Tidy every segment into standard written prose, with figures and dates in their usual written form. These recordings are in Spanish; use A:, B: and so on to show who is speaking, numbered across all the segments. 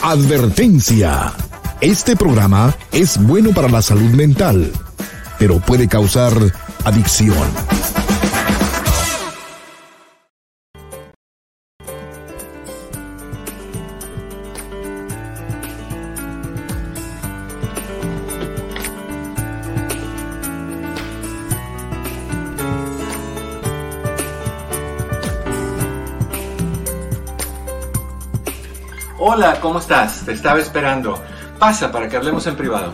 A: Advertencia. Este programa es bueno para la salud mental, pero puede causar adicción.
B: Hola, ¿cómo estás? Te estaba esperando. Pasa para que hablemos en privado.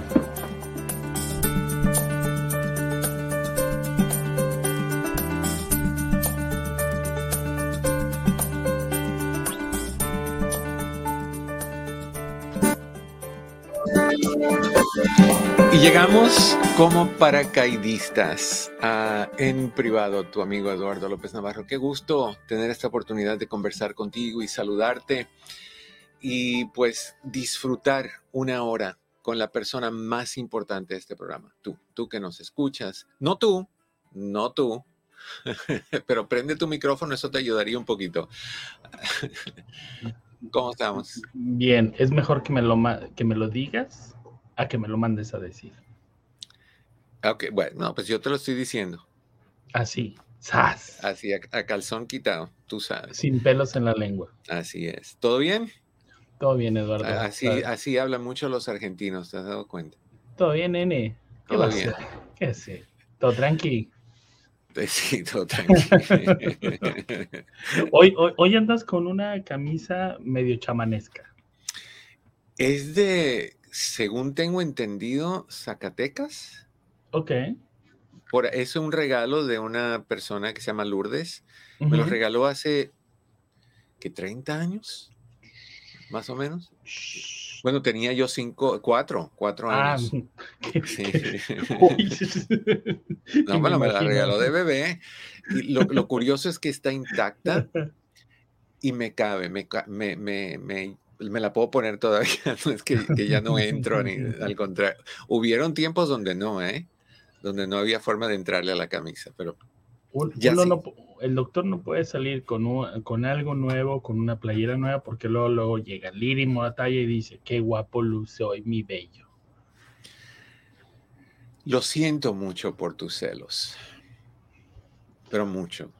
B: Y llegamos como paracaidistas en privado, tu amigo Eduardo López Navarro. Qué gusto tener esta oportunidad de conversar contigo y saludarte. Y pues disfrutar una hora con la persona más importante de este programa. Tú que nos escuchas. No tú, pero prende tu micrófono, eso te ayudaría un poquito. ¿Cómo estamos?
C: Bien, es mejor que me lo digas a que me lo mandes a decir.
B: Ok, bueno, no, pues yo te lo estoy diciendo.
C: Así, ¡zas!
B: Así, a calzón quitado, tú sabes.
C: Sin pelos en la lengua.
B: Así es. ¿Todo bien?
C: Todo bien, Eduardo.
B: Así hablan mucho los argentinos, ¿te has dado cuenta?
C: Todo bien, nene. ¿Qué va a hacer? ¿Qué hace? ¿Todo tranqui?
B: Sí, todo tranquilo.
C: Hoy andas con una camisa medio chamanesca.
B: Es de, según tengo entendido, Zacatecas.
C: Ok.
B: Es un regalo de una persona que se llama Lourdes.
C: Uh-huh.
B: Me lo regaló hace, ¿qué? 30 años, más o menos. Bueno, tenía yo 4 años. Sí. No, bueno, me la regaló de bebé. Y lo curioso es que está intacta y me cabe, me la puedo poner todavía. No es que ya no entro, ni al contrario. Hubieron tiempos donde donde no había forma de entrarle a la camisa, pero ya sí.
C: El doctor no puede salir con algo nuevo, con una playera nueva, porque luego llega Liri Moratalla y dice, qué guapo luce hoy mi bello.
B: Lo siento mucho por tus celos, pero mucho,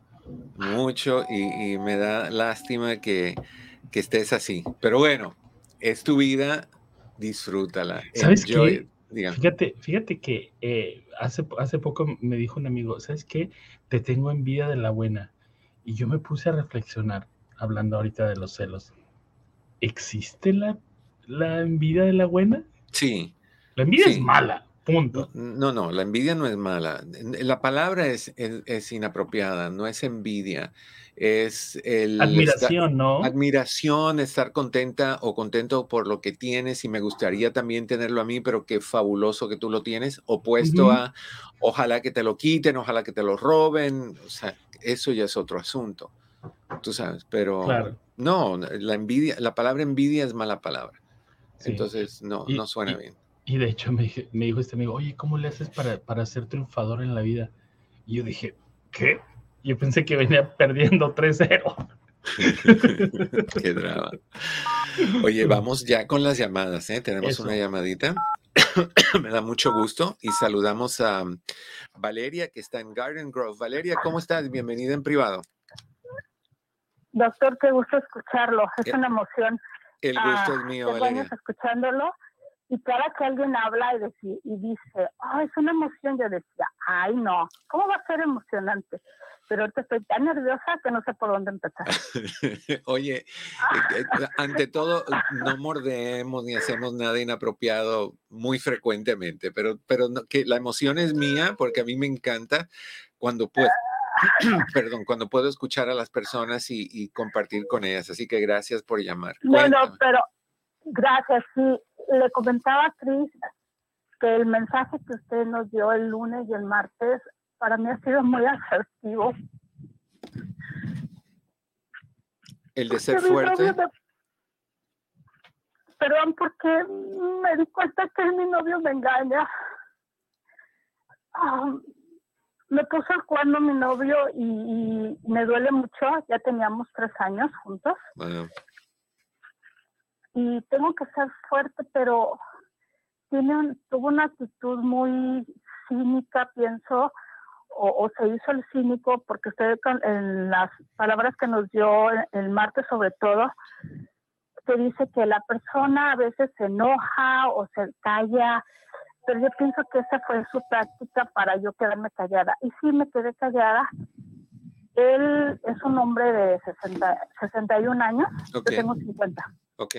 B: y me da lástima que estés así. Pero bueno, es tu vida, disfrútala.
C: ¿Sabes
B: Enjoy.
C: qué? Fíjate que hace poco me dijo un amigo, ¿sabes qué? Te tengo envidia de la buena. Y yo me puse a reflexionar, hablando ahorita de los celos. ¿Existe la envidia de la buena?
B: Sí.
C: La envidia es mala, punto.
B: No, la envidia no es mala. La palabra es inapropiada, no es envidia. Es
C: admiración, ¿no?
B: Admiración, estar contenta o contento por lo que tienes y me gustaría también tenerlo a mí, pero qué fabuloso que tú lo tienes, opuesto a ojalá que te lo quiten, ojalá que te lo roben. O sea, eso ya es otro asunto, tú sabes, pero
C: claro.
B: No, la palabra envidia es mala palabra. Sí. Entonces no suena bien.
C: Y de hecho me dijo este amigo, oye, ¿cómo le haces para ser triunfador en la vida? Y yo dije, ¿qué? Yo pensé que venía perdiendo 3-0.
B: Qué drama. Oye, vamos ya con las llamadas, ¿eh? Tenemos una llamadita. Me da mucho gusto y saludamos a Valeria, que está en Garden Grove. Valeria, ¿cómo estás? Bienvenida en privado.
D: Doctor, qué gusto escucharlo. Es una emoción.
B: El gusto es mío, Valeria.
D: Años escuchándolo. Y cada que alguien habla y dice, es una emoción, yo decía, ay, no, ¿cómo va a ser emocionante? Pero ahorita estoy tan nerviosa que no sé por dónde empezar.
B: Oye, ante todo, no mordemos ni hacemos nada inapropiado muy frecuentemente, pero no, que la emoción es mía porque a mí me encanta cuando cuando puedo escuchar a las personas y compartir con ellas. Así que gracias por llamar.
D: Bueno, pero gracias. Sí, le comentaba a Cris que el mensaje que usted nos dio el lunes y el martes para mí ha sido muy asertivo.
B: El de ser fuerte.
D: Perdón, porque me di cuenta que mi novio me engaña. Me puso el cuerno mi novio y me duele mucho. Ya teníamos 3 años juntos.
B: Bueno.
D: y tengo que ser fuerte, pero tuvo una actitud muy cínica, pienso, o se hizo el cínico, porque usted en las palabras que nos dio el martes sobre todo, que dice que la persona a veces se enoja o se calla, pero yo pienso que esa fue su táctica para yo quedarme callada. Y sí, me quedé callada. Él es un hombre de 61 años,
B: Okay.
D: yo tengo 50.
B: Ok.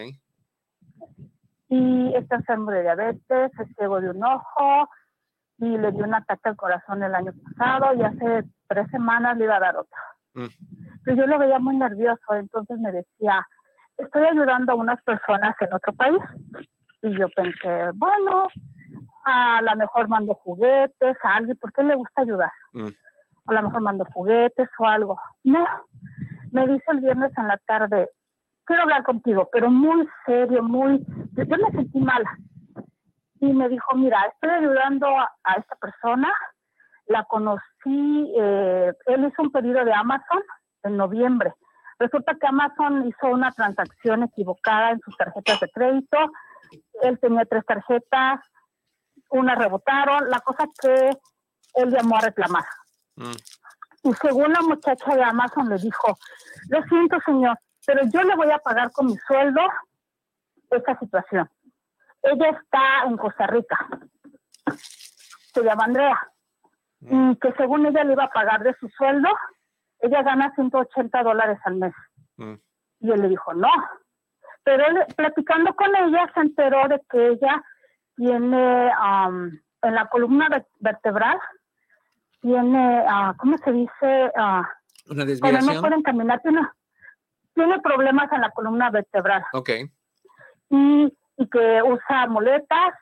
D: Y está enfermo de diabetes, es ciego de un ojo, y le dio un ataque al corazón el año pasado, y hace 3 semanas le iba a dar otro. Pero yo lo veía muy nervioso, entonces me decía, estoy ayudando a unas personas en otro país. Y yo pensé, bueno, a lo mejor mando juguetes a alguien, porque le gusta ayudar. A lo mejor mando juguetes o algo. No, me dice el viernes en la tarde, quiero hablar contigo, pero muy serio, yo me sentí mala. Y me dijo, mira, estoy ayudando a esta persona, la conocí, él hizo un pedido de Amazon en noviembre. Resulta que Amazon hizo una transacción equivocada en sus tarjetas de crédito, él tenía 3 tarjetas, una rebotaron, la cosa que él llamó a reclamar. Y según la muchacha de Amazon le dijo, lo siento señor, pero yo le voy a pagar con mi sueldo esta situación. Ella está en Costa Rica, se llama Andrea, y que según ella le iba a pagar de su sueldo, ella gana $180 al mes. Y él le dijo, no. Pero él, platicando con ella, se enteró de que ella tiene en la columna vertebral, tiene, ¿cómo se dice?
B: ¿Una desviación?
D: Cuando no pueden caminar, tiene problemas en la columna vertebral.
B: Ok.
D: Y que usa muletas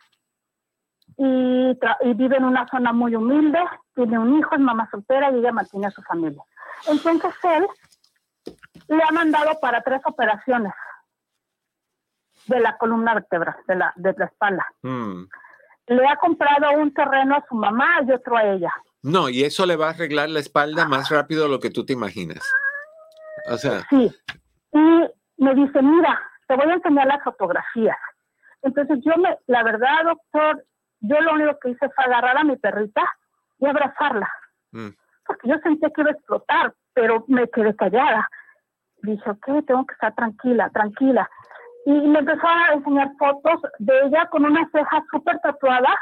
D: y vive en una zona muy humilde, tiene un hijo, es mamá soltera y ella mantiene a su familia. Entonces él le ha mandado para 3 operaciones de la columna vertebral, de la espalda. Le ha comprado un terreno a su mamá y otro a ella.
B: No, y eso le va a arreglar la espalda más rápido de lo que tú te imaginas. O sea.
D: Sí. Y me dice, mira, te voy a enseñar las fotografías. Entonces la verdad, doctor, yo lo único que hice fue agarrar a mi perrita y abrazarla. Porque yo sentía que iba a explotar, pero me quedé callada. Dije, ok, tengo que estar tranquila. Y me empezó a enseñar fotos de ella con una ceja súper tatuada,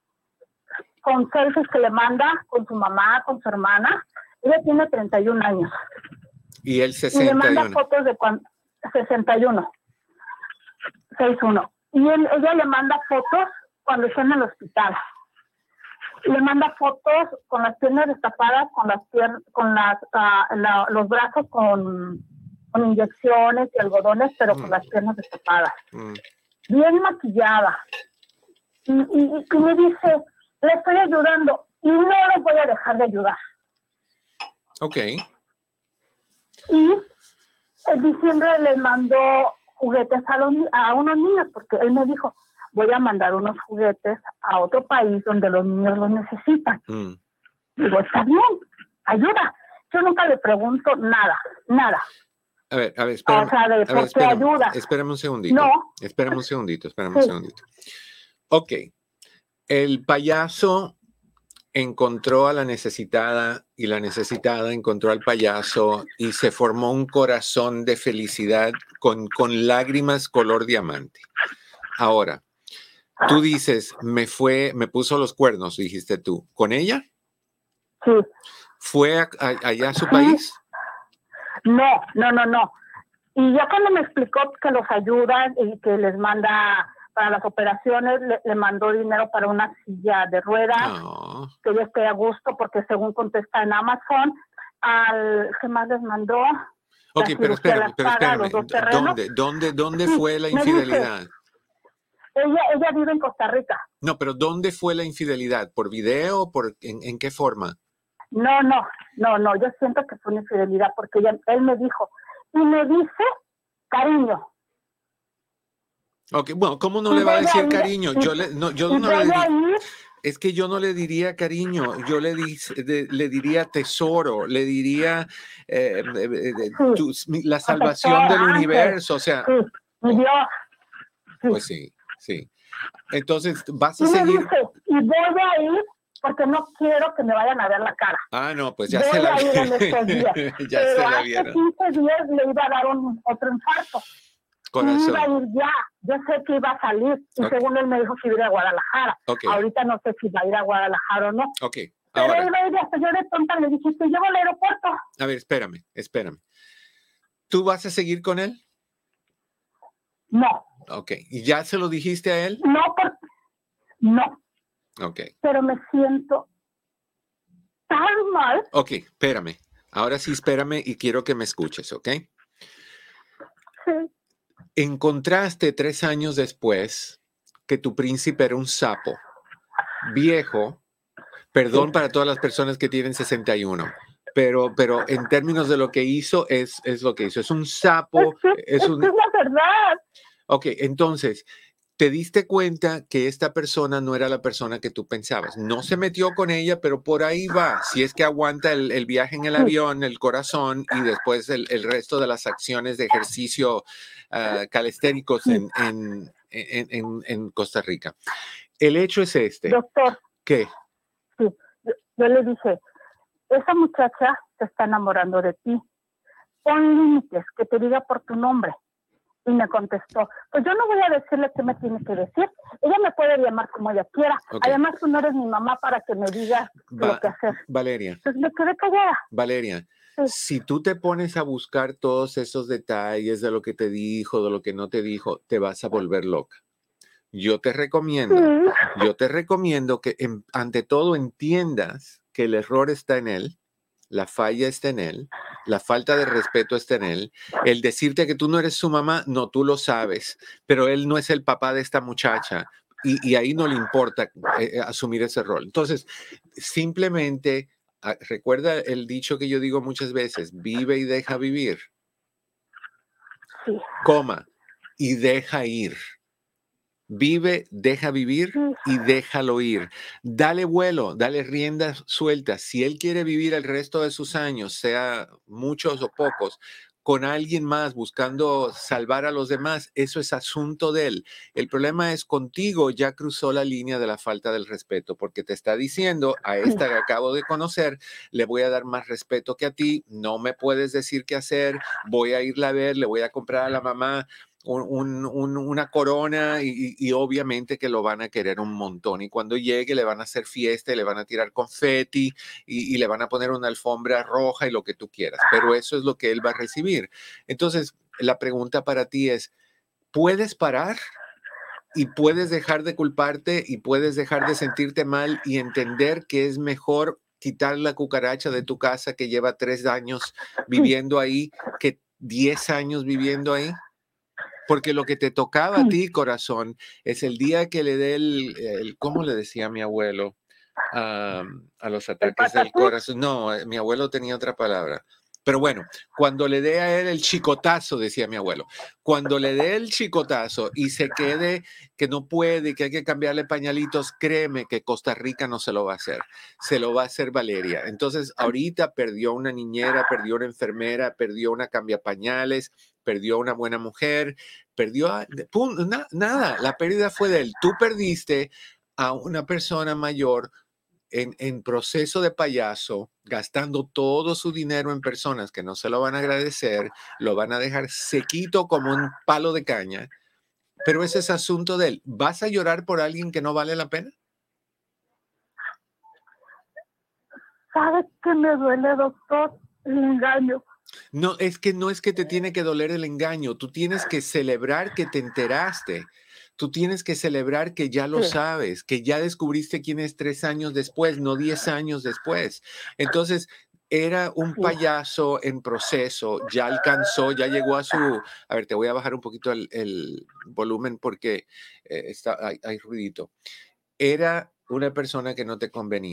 D: con selfies que le manda con su mamá, con su hermana. Ella tiene 31 años.
B: Y él 61.
D: Y le manda fotos de 61. 61. Y ella le manda fotos cuando está en el hospital. Le manda fotos con las piernas destapadas, los brazos con inyecciones y algodones, pero con las piernas destapadas. Bien maquillada. Y me dice, le estoy ayudando y no le voy a dejar de ayudar.
B: Ok.
D: Y en diciembre le mandó juguetes a unos niños, porque él me dijo, voy a mandar unos juguetes a otro país donde los niños los necesitan. Digo, está bien, ayuda. Yo nunca le pregunto nada.
B: A ver, espérame.
D: O sea, ¿por qué ayuda?
B: Espérame un segundito.
D: No.
B: Espérame un segundito. Ok. El payaso encontró a la necesitada y la necesitada encontró al payaso y se formó un corazón de felicidad con lágrimas color diamante. Ahora, tú dices, me puso los cuernos, dijiste tú. ¿Con ella?
D: Sí.
B: ¿Fue allá a su país?
D: No. Y ya cuando me explicó que los ayuda y que les manda para las operaciones, le mandó dinero para una silla de ruedas, que ella esté a gusto, porque según contesta en Amazon, ¿qué más les mandó?
B: Ok, pero espérame. ¿Dónde fue la infidelidad?
D: Dice, ella vive en Costa Rica.
B: No, pero ¿dónde fue la infidelidad? ¿Por video? ¿En qué forma?
D: No, yo siento que fue una infidelidad, porque él me dijo, y me dice cariño.
B: Ok, bueno, ¿cómo no le va a decir cariño? Es que yo no le diría cariño, yo le diría tesoro, le diría la salvación del universo, o sea.
D: Sí, mi Dios.
B: Pues sí. Entonces, vas a
D: y
B: seguir.
D: Me dice, y voy a ir porque no quiero que me vayan a ver la cara.
B: No, pues ya
D: voy
B: se la
D: a ir en estos días.
B: ya
D: Pero
B: se la
D: hace
B: vieron.
D: 15 días le iba a dar otro infarto.
B: Corazón.
D: Y iba a ir ya. Yo sé que iba a salir. Y según él me dijo que iba a ir a Guadalajara. Ahorita no sé si va a ir a Guadalajara o no. Pero
B: ahora.
D: iba a ir hasta yo de tonta le dije, te llevo al aeropuerto.
B: A ver, espérame. ¿Tú vas a seguir con él?
D: No.
B: ¿Y ya se lo dijiste a él?
D: No. Pero me siento tan mal.
B: Espérame. Ahora sí, espérame y quiero que me escuches, ¿ok?
D: Sí.
B: Encontraste 3 años después que tu príncipe era un sapo viejo. Perdón para todas las personas que tienen 61. Pero en términos de lo que hizo, es lo que hizo. Es un sapo.
D: Es la verdad.
B: Entonces, te diste cuenta que esta persona no era la persona que tú pensabas. No se metió con ella, pero por ahí va. Si es que aguanta el viaje en el avión, el corazón y después el resto de las acciones de ejercicio calistéricos en Costa Rica. El hecho es este.
D: Doctor.
B: ¿Qué?
D: Sí, yo le dije, esa muchacha se está enamorando de ti. Pon límites, que te diga por tu nombre. Y me contestó, pues yo no voy a decirle qué me tiene que decir. Ella me puede llamar como ella quiera. Además, tú no eres mi mamá para que me digas lo que hacer.
B: Valeria.
D: Entonces me quedé callada.
B: Valeria, si tú te pones a buscar todos esos detalles de lo que te dijo, de lo que no te dijo, te vas a volver loca. Yo te recomiendo que ante todo entiendas que el error está en él, la falla está en él, la falta de respeto está en él, el decirte que tú no eres su mamá, no, tú lo sabes, pero él no es el papá de esta muchacha y ahí no le importa asumir ese rol. Entonces, simplemente recuerda el dicho que yo digo muchas veces, vive y deja vivir, y deja ir. Vive, deja vivir y déjalo ir. Dale vuelo, dale riendas sueltas. Si él quiere vivir el resto de sus años, sea muchos o pocos, con alguien más buscando salvar a los demás, eso es asunto de él. El problema es contigo, ya cruzó la línea de la falta del respeto, porque te está diciendo a esta que acabo de conocer, le voy a dar más respeto que a ti, no me puedes decir qué hacer, voy a irla a ver, le voy a comprar a la mamá una corona y obviamente que lo van a querer un montón. Y cuando llegue le van a hacer fiesta y le van a tirar confeti y le van a poner una alfombra roja y lo que tú quieras. Pero eso es lo que él va a recibir. Entonces, la pregunta para ti es, ¿puedes parar? Y puedes dejar de culparte y puedes dejar de sentirte mal y entender que es mejor quitar la cucaracha de tu casa que lleva 3 años viviendo ahí que 10 años viviendo ahí. Porque lo que te tocaba a ti, corazón, es el día que le dé ¿cómo le decía mi abuelo? A los ataques del corazón. No, mi abuelo tenía otra palabra. Pero bueno, cuando le dé a él el chicotazo, decía mi abuelo, cuando le dé el chicotazo y se quede que no puede, que hay que cambiarle pañalitos, créeme que Costa Rica no se lo va a hacer, se lo va a hacer Valeria. Entonces, ahorita perdió una niñera, perdió una enfermera, perdió una cambiapañales, perdió una buena mujer, perdió, nada, la pérdida fue de él. Tú perdiste a una persona mayor en proceso de payaso, gastando todo su dinero en personas que no se lo van a agradecer, lo van a dejar sequito como un palo de caña, pero ese es asunto de él. ¿Vas a llorar por alguien que no vale la pena?
D: ¿Sabes qué me duele, doctor? El engaño.
B: No es que te tiene que doler el engaño, tú tienes que celebrar que te enteraste. Tú tienes que celebrar que ya lo sabes, que ya descubriste quién es 3 años después, no 10 años después. Entonces, era un payaso en proceso, ya alcanzó, ya llegó a su... A ver, te voy a bajar un poquito el volumen porque hay ruidito. Era una persona que no te convenía.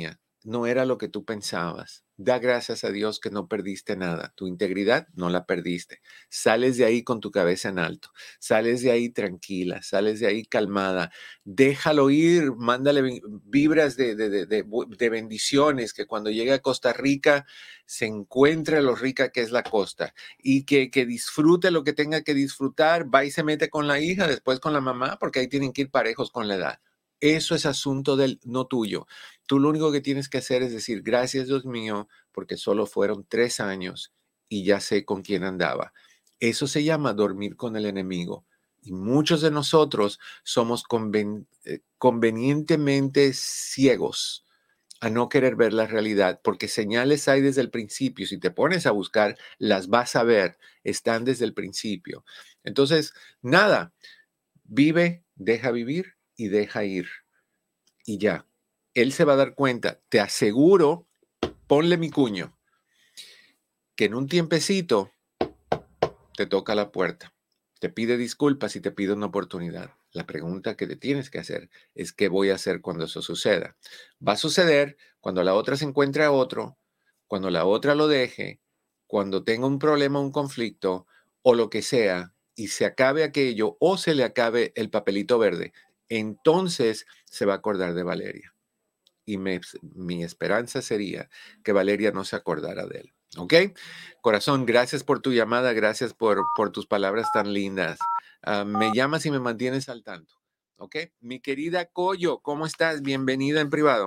B: no era lo que tú pensabas. Da gracias a Dios que no perdiste nada. Tu integridad no la perdiste. Sales de ahí con tu cabeza en alto. Sales de ahí tranquila. Sales de ahí calmada. Déjalo ir. Mándale vibras de bendiciones. Que cuando llegue a Costa Rica se encuentre lo rica que es la costa. Y que disfrute lo que tenga que disfrutar. Va y se mete con la hija, después con la mamá, porque ahí tienen que ir parejos con la edad. Eso es asunto no tuyo. Tú lo único que tienes que hacer es decir, gracias Dios mío, porque solo fueron 3 años y ya sé con quién andaba. Eso se llama dormir con el enemigo. Y muchos de nosotros somos convenientemente ciegos a no querer ver la realidad, porque señales hay desde el principio. Si te pones a buscar, las vas a ver, están desde el principio. Entonces, nada, vive, deja vivir y deja ir. Y ya, él se va a dar cuenta. Te aseguro, ponle mi cuño, que en un tiempecito te toca la puerta. Te pide disculpas y te pide una oportunidad. La pregunta que te tienes que hacer es qué voy a hacer cuando eso suceda. Va a suceder cuando la otra se encuentre a otro, cuando la otra lo deje, cuando tenga un problema, un conflicto o lo que sea y se acabe aquello o se le acabe el papelito verde. Entonces se va a acordar de Valeria. Y mi esperanza sería que Valeria no se acordara de él. ¿Ok? Corazón, gracias por tu llamada, gracias por tus palabras tan lindas. Me llamas y me mantienes al tanto. ¿Ok? Mi querida Coyo, ¿cómo estás? Bienvenida en privado.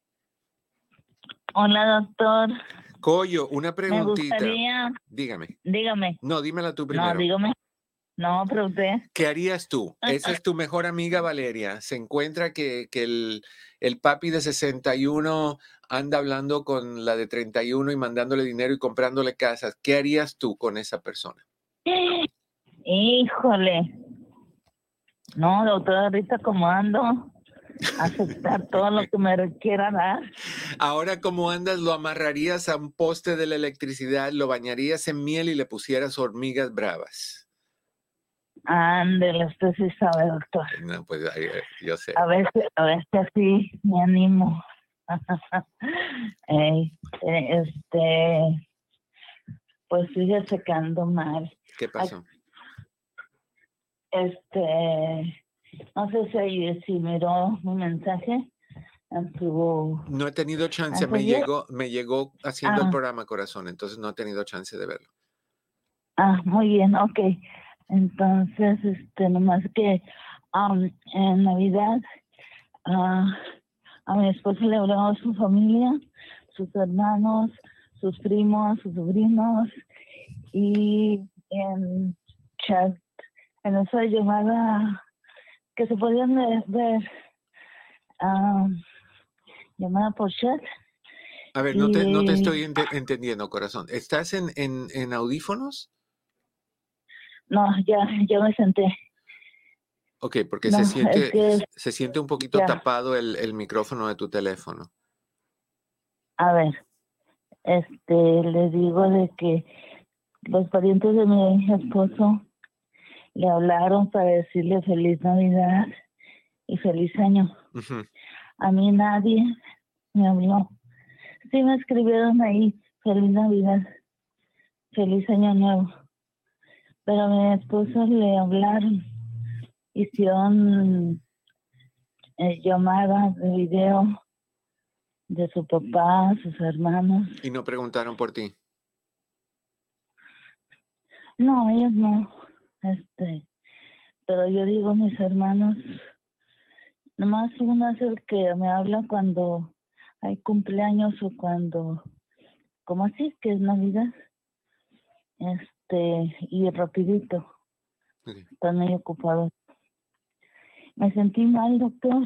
E: Hola, doctor.
B: Coyo, una preguntita.
E: Me gustaría...
B: Dígame.
E: Dígame.
B: No, dímela tú primero.
E: No, dígame. No, pero usted.
B: ¿Qué harías tú? Esa es tu mejor amiga Valeria. Se encuentra que el papi de 61 anda hablando con la de 31 y mandándole dinero y comprándole casas. ¿Qué harías tú con esa persona?
E: Híjole. No, doctor, ahorita como ando, aceptar todo lo que me quiera dar.
B: Ahora, ¿cómo andas? ¿Lo amarrarías a un poste de la electricidad, lo bañarías en miel y le pusieras hormigas bravas?
E: Ándele, usted sí sabe, doctor.
B: No, pues yo sé.
E: A ver si así me animo. Pues fíjese que ando mal.
B: ¿Qué pasó?
E: No sé si miró mi mensaje en su...
B: No he tenido chance, me llegó haciendo el programa, corazón, entonces no he tenido chance de verlo.
E: Muy bien, ok. Entonces, nomás que en Navidad a mi esposo le habló a su familia, sus hermanos, sus primos, sus sobrinos, y en chat, en esa llamada que se podían ver, llamada por chat.
B: A ver, no te estoy entendiendo, corazón. ¿Estás en audífonos?
E: No, ya me senté.
B: Ok, porque
E: no,
B: se siente un poquito tapado el micrófono de tu teléfono.
E: A ver, le digo de que los parientes de mi esposo le hablaron para decirle feliz Navidad y feliz año.
B: Uh-huh.
E: A mí nadie me habló. Sí me escribieron ahí feliz Navidad, feliz año nuevo. Pero a mi esposo le hablaron, hicieron llamadas de video de su papá, sus hermanos.
B: ¿Y no preguntaron por ti?
E: No, ellos no. Pero yo digo, mis hermanos, nomás uno es el que me habla cuando hay cumpleaños o cuando, como así, que es Navidad. Y rapidito.
B: Okay.
E: Están muy ocupados. Me sentí mal, doctor.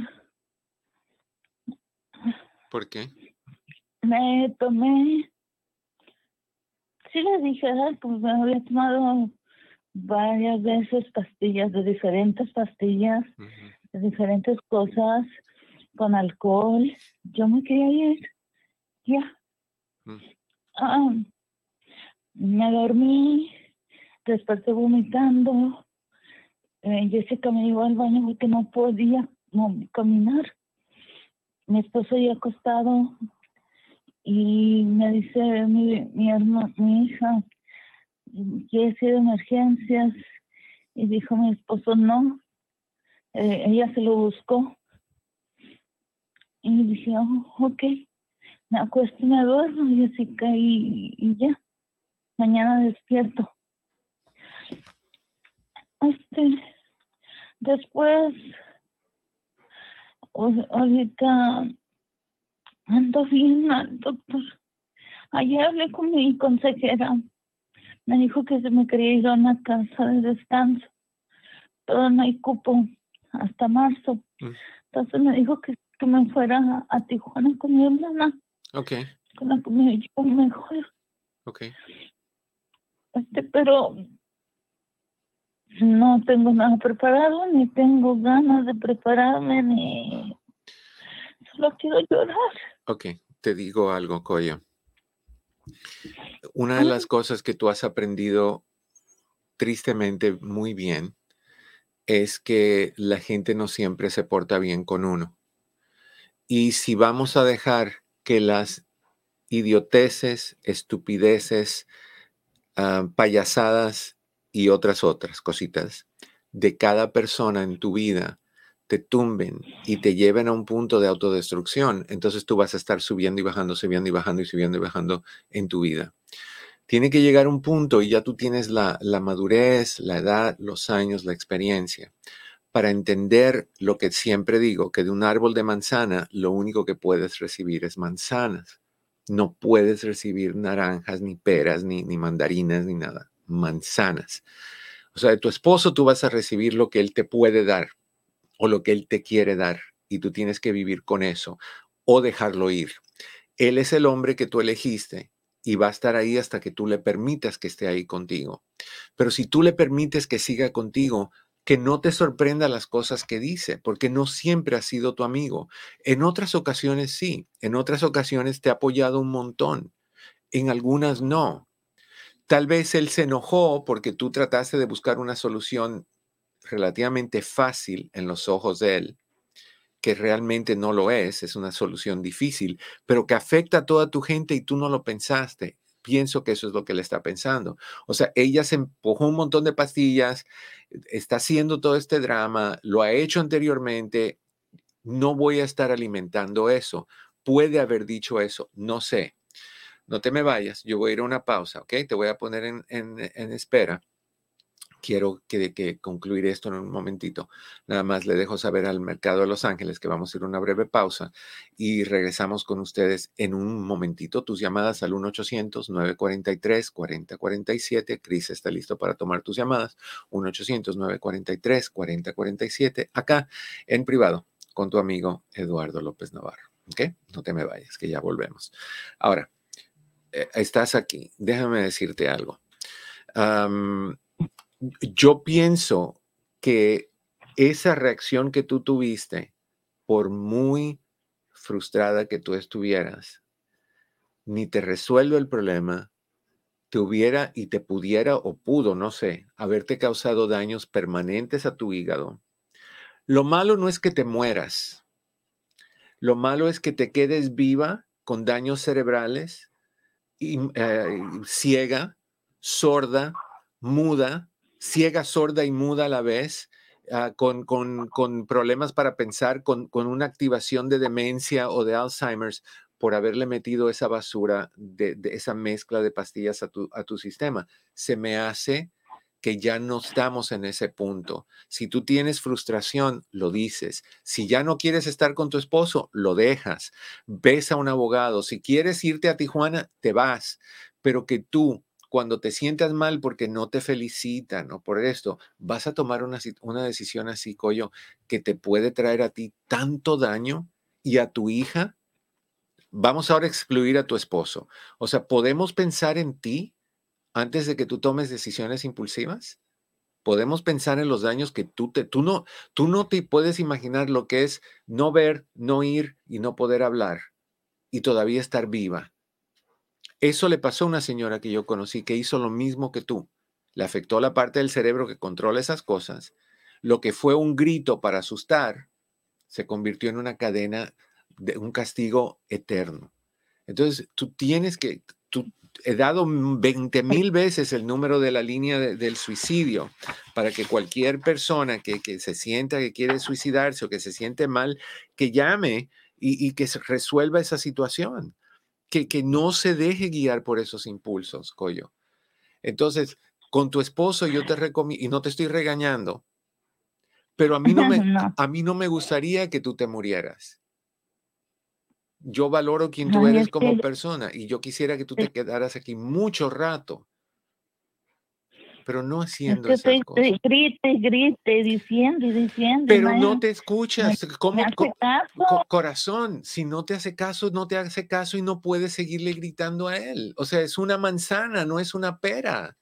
B: ¿Por qué?
E: Me tomé, sí les dije, pues me había tomado varias veces pastillas, de diferentes pastillas,
B: uh-huh,
E: de diferentes cosas, con alcohol. Yo me quería ir, ya.
B: uh-huh.
E: Me dormí, desperté vomitando. Jessica me llevó al baño porque no podía caminar. Mi esposo ya acostado Y me dice mi hija, ¿quieres ir a emergencias? Y dijo mi esposo, no. Ella se lo buscó. Y dije, ok, me acuesto y me duermo, Jessica, y ya. Mañana despierto. Después, ahorita ando bien mal, doctor. Ayer hablé con mi consejera. Me dijo que se me quería ir a una casa de descanso, pero no hay cupo hasta marzo. Entonces me dijo que me fuera a Tijuana con mi hermana.
B: Okay.
E: Con la que me llevo mejor.
B: Okay.
E: Pero no tengo nada preparado, ni tengo ganas de prepararme, ni... Solo quiero llorar.
B: Ok, te digo algo, Coyo. Una de las cosas que tú has aprendido tristemente muy bien es que la gente no siempre se porta bien con uno. Y si vamos a dejar que las idioteces, estupideces, payasadas y otras cositas de cada persona en tu vida te tumben y te lleven a un punto de autodestrucción, entonces tú vas a estar subiendo y bajando, subiendo y bajando y subiendo y bajando en tu vida. Tiene que llegar un punto y ya tú tienes la madurez, la edad, los años, la experiencia para entender lo que siempre digo, que de un árbol de manzana lo único que puedes recibir es manzanas. No puedes recibir naranjas, ni peras, ni mandarinas, ni nada. Manzanas. O sea, de tu esposo tú vas a recibir lo que él te puede dar o lo que él te quiere dar y tú tienes que vivir con eso o dejarlo ir. Él es el hombre que tú elegiste y va a estar ahí hasta que tú le permitas que esté ahí contigo. Pero si tú le permites que siga contigo, que no te sorprenda las cosas que dice, porque no siempre ha sido tu amigo. En otras ocasiones sí, en otras ocasiones te ha apoyado un montón, en algunas no. Tal vez él se enojó porque tú trataste de buscar una solución relativamente fácil en los ojos de él, que realmente no lo es una solución difícil, pero que afecta a toda tu gente y tú no lo pensaste. Pienso que eso es lo que le está pensando. O sea, ella se empujó un montón de pastillas, está haciendo todo este drama, lo ha hecho anteriormente, no voy a estar alimentando eso. Puede haber dicho eso, no sé. No te me vayas, yo voy a ir a una pausa, ¿ok? Te voy a poner en espera. Quiero que concluir esto en un momentito. Nada más le dejo saber al mercado de Los Ángeles que vamos a ir a una breve pausa y regresamos con ustedes en un momentito. Tus llamadas al 1-800-943-4047. Cris está listo para tomar tus llamadas. 1-800-943-4047. Acá en privado con tu amigo Eduardo López Navarro. ¿Ok? No te me vayas, que ya volvemos. Ahora, estás aquí. Déjame decirte algo. Yo pienso que esa reacción que tú tuviste, por muy frustrada que tú estuvieras, ni te resuelve el problema, te hubiera y te pudiera o pudo, no sé, haberte causado daños permanentes a tu hígado. Lo malo no es que te mueras. Lo malo es que te quedes viva con daños cerebrales, y, ciega, sorda, muda, ciega, sorda y muda a la vez, con problemas para pensar, con una activación de demencia o de Alzheimer's por haberle metido esa basura de esa mezcla de pastillas a tu sistema. Se me hace que ya no estamos en ese punto. Si tú tienes frustración, lo dices. Si ya no quieres estar con tu esposo, lo dejas. Ves a un abogado. Si quieres irte a Tijuana, te vas. Pero que tú, cuando te sientas mal porque no te felicitan o por esto, vas a tomar una decisión así, Coyo, que te puede traer a ti tanto daño y a tu hija. Vamos ahora a excluir a tu esposo. O sea, ¿podemos pensar en ti antes de que tú tomes decisiones impulsivas? Podemos pensar en los daños que tú no te puedes imaginar lo que es no ver, no ir y no poder hablar y todavía estar viva. Eso le pasó a una señora que yo conocí que hizo lo mismo que tú. Le afectó la parte del cerebro que controla esas cosas. Lo que fue un grito para asustar se convirtió en una cadena de un castigo eterno. Entonces, he dado 20,000 veces el número de la línea del suicidio para que cualquier persona que se sienta que quiere suicidarse o que se siente mal, que llame y que se resuelva esa situación, que no se deje guiar por esos impulsos, Coyo. Entonces, con tu esposo yo te recomiendo, y no te estoy regañando, pero a mí no me gustaría que tú te murieras. Yo valoro quién tú eres como persona y yo quisiera que tú te quedaras aquí mucho rato, pero no haciendo esas cosas.
E: Grite, diciendo.
B: Pero no te escuchas. ¿Cómo,
E: me hace caso.
B: corazón, si no te hace caso, no te hace caso y no puedes seguirle gritando a él. O sea, es una manzana, no es una pera.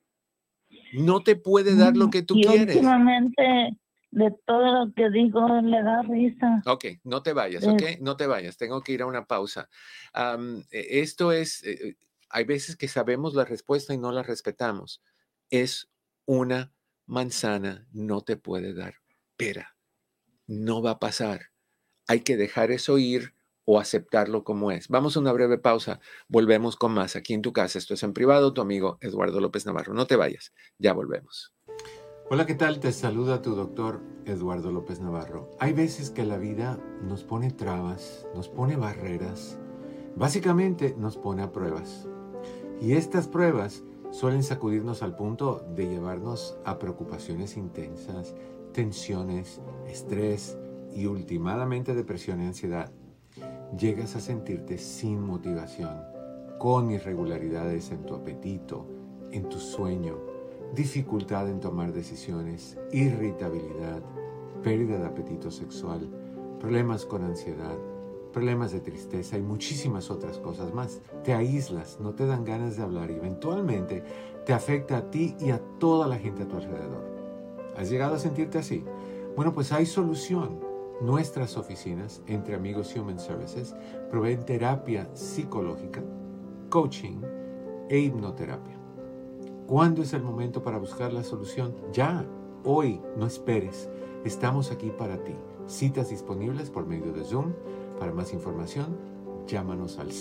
B: No te puede dar lo que tú quieres.
E: Últimamente, de todo lo que digo, le da risa.
B: Ok, no te vayas, ok, no te vayas. Tengo que ir a una pausa. Esto es, hay veces que sabemos la respuesta y no la respetamos. Es una manzana, no te puede dar pera. No va a pasar. Hay que dejar eso ir o aceptarlo como es. Vamos a una breve pausa. Volvemos con más aquí en tu casa. Esto es En Privado, tu amigo Eduardo López Navarro. No te vayas. Ya volvemos. Hola, ¿qué tal? Te saluda tu doctor Eduardo López Navarro. Hay veces que la vida nos pone trabas, nos pone barreras. Básicamente nos pone a pruebas. Y estas pruebas suelen sacudirnos al punto de llevarnos a preocupaciones intensas, tensiones, estrés y últimamente depresión y ansiedad. Llegas a sentirte sin motivación, con irregularidades en tu apetito, en tu sueño, dificultad en tomar decisiones, irritabilidad, pérdida de apetito sexual, problemas con ansiedad, problemas de tristeza y muchísimas otras cosas más. Te aíslas, no te dan ganas de hablar y eventualmente te afecta a ti y a toda la gente a tu alrededor. ¿Has llegado a sentirte así? Bueno, pues hay solución. Nuestras oficinas, Entre Amigos Human Services, proveen terapia psicológica, coaching e hipnoterapia. ¿Cuándo es el momento para buscar la solución? Ya, hoy, no esperes. Estamos aquí para ti. Citas disponibles por medio de Zoom. Para más información, llámanos al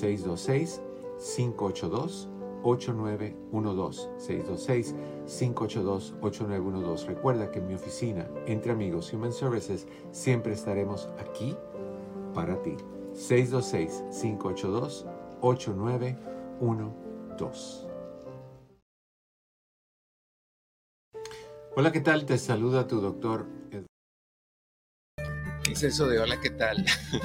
B: 626-582-8912. 626-582-8912. Recuerda que en mi oficina, Entre Amigos Human Services, siempre estaremos aquí para ti. 626-582-8912. Hola, ¿qué tal? Te saluda tu doctor. ¿Qué es eso de hola, qué tal?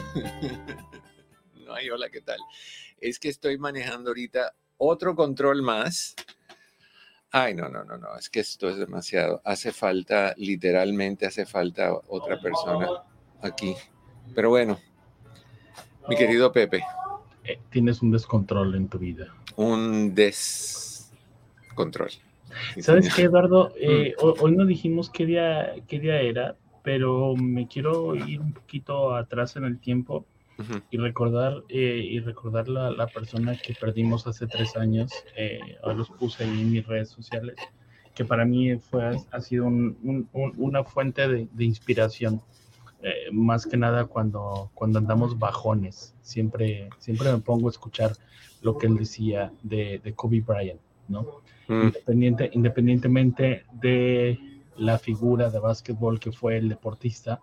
B: No hay hola, ¿qué tal? Es que estoy manejando ahorita otro control más. Ay, no. Es que esto es demasiado. Literalmente hace falta otra persona aquí. Pero bueno, mi querido Pepe.
C: Tienes un descontrol en tu vida.
B: Un descontrol.
C: ¿Sabes qué, Eduardo? Hoy no dijimos qué día era, pero me quiero ir un poquito atrás en el tiempo y recordar la persona que perdimos hace 3 años. Hoy los puse ahí en mis redes sociales, que para mí ha sido una fuente de inspiración. Más que nada cuando andamos bajones. Siempre me pongo a escuchar lo que él decía de Kobe Bryant, ¿no? Independientemente de la figura de básquetbol que fue el deportista,